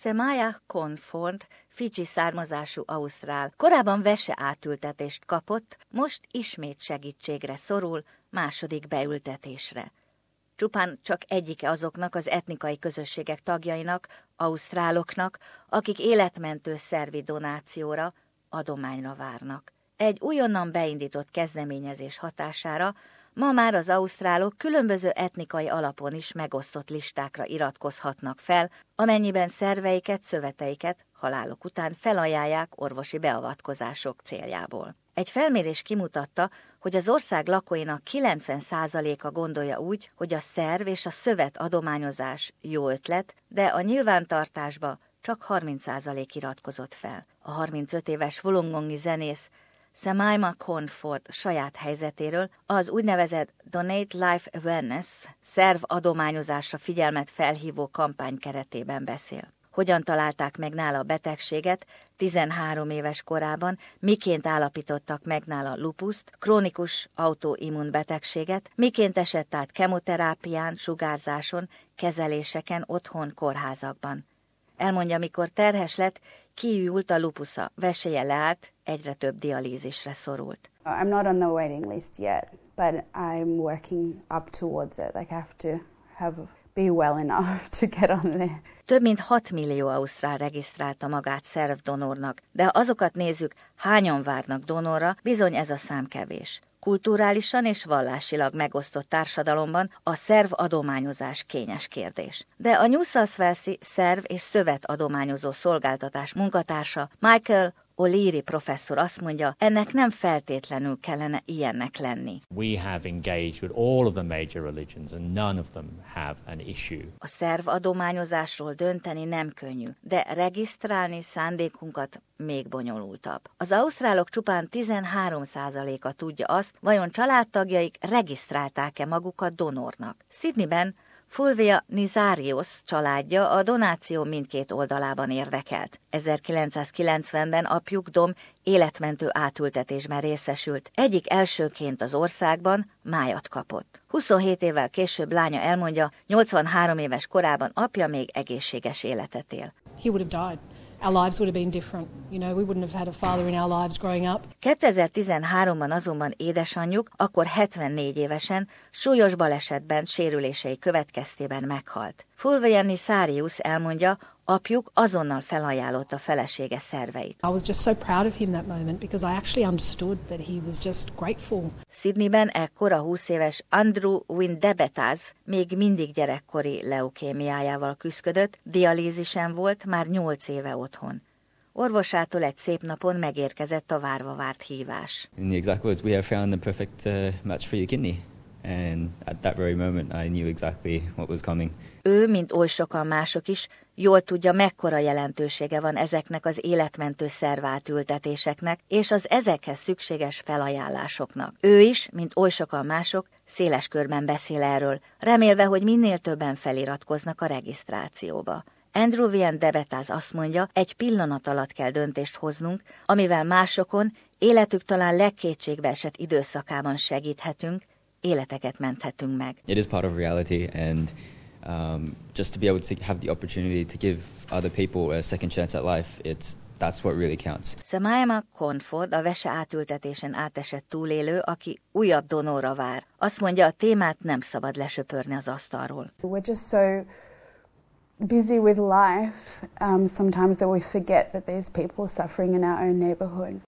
Semaya Cornford, Fidzsi származású ausztrál, korábban veseátültetést kapott, most ismét segítségre szorul, második beültetésre. Csupán csak egyike azoknak az etnikai közösségek tagjainak, ausztráloknak, akik életmentő szervi donációra, adományra várnak. Egy újonnan beindított kezdeményezés hatására ma már az ausztrálok különböző etnikai alapon is megosztott listákra iratkozhatnak fel, amennyiben szerveiket, szöveteiket haláluk után felajánlják orvosi beavatkozások céljából. Egy felmérés kimutatta, hogy az ország lakóinak 90%-a gondolja úgy, hogy a szerv és a szövet adományozás jó ötlet, de a nyilvántartásba csak 30% iratkozott fel. A 35 éves wollongongi zenész Semaya Cornford saját helyzetéről, az úgynevezett Donate Life Awareness szerv adományozásra figyelmet felhívó kampány keretében beszél. Hogyan találták meg nála a betegséget, 13 éves korában, miként állapítottak meg nála lupuszt, krónikus autoimmun betegséget, miként esett át kemoterápián, sugárzáson, kezeléseken, otthon, kórházakban. Elmondja, mikor terhes lett, kiült a lupusza, veselye leállt, egyre több dialízisre szorult. I'm not on the waiting list yet, but I'm working up towards it. Like I have to be well enough to get on there. Több mint 6 millió ausztrál regisztrálta magát szervdonornak, de ha azokat nézzük, hányan várnak donorra, bizony ez a szám kevés. Kulturálisan és vallásilag megosztott társadalomban a szervadományozás kényes kérdés. De a New South Wales-i szerv- és szövetadományozó szolgáltatás munkatársa Michael O'Leary professzor azt mondja, ennek nem feltétlenül kellene ilyennek lenni. We have engaged with all of the major religions and none of them have an issue. A szervadományozásról dönteni nem könnyű, de regisztrálni szándékunkat még bonyolultabb. Az ausztrálok csupán 13%-a tudja azt, vajon családtagjaik regisztrálták-e magukat donornak. Sydneyben Fulvia Nizarios családja a donáció mindkét oldalában érdekelt. 1990-ben apjuk Dom életmentő átültetésben részesült. Egyik elsőként az országban májat kapott. 27 évvel később lánya elmondja, 83 éves korában apja még egészséges életet él. He would have died. Our lives would have been different. You know, we wouldn't have had a father in our lives growing up. 2013-ban azonban édesanyjuk, akkor 74 évesen, súlyos balesetben, sérülései következtében meghalt. Fulvia Nizarios elmondja, apjuk azonnal felajánlotta felesége szerveit. I was just so proud of him that moment because I actually understood that he was just grateful. Sydneyben ekkor a 20 éves Andrew Windebetaz még mindig gyerekkori leukémiájával küszködött, dialízisen volt, már 8 éve otthon. Orvosától egy szép napon megérkezett a várva várt hívás. In the exact words, we have found the perfect match for your kidney. And at that very moment I knew exactly what was coming. Ő, mint oly sokan mások is, jól tudja, mekkora jelentősége van ezeknek az életmentő szervátültetéseknek és az ezekhez szükséges felajánlásoknak. Ő is, mint oly sokan mások, széles körben beszél erről, remélve, hogy minél többen feliratkoznak a regisztrációba. Andrew Windebetaz azt mondja, egy pillanat alatt kell döntést hoznunk, amivel másokon életük talán legkétségbeesett időszakában segíthetünk, életeket menthetünk meg. It is part of reality and just to be able to have the opportunity to give other people a second chance at life, that's what really counts. Semaya Cornford a veseátültetésen átesett túlélő, aki újabb donorra vár. Azt mondja, a témát nem szabad lesöpörni az asztalról. We're just so busy with life sometimes that we forget that there's people suffering in our own neighborhood.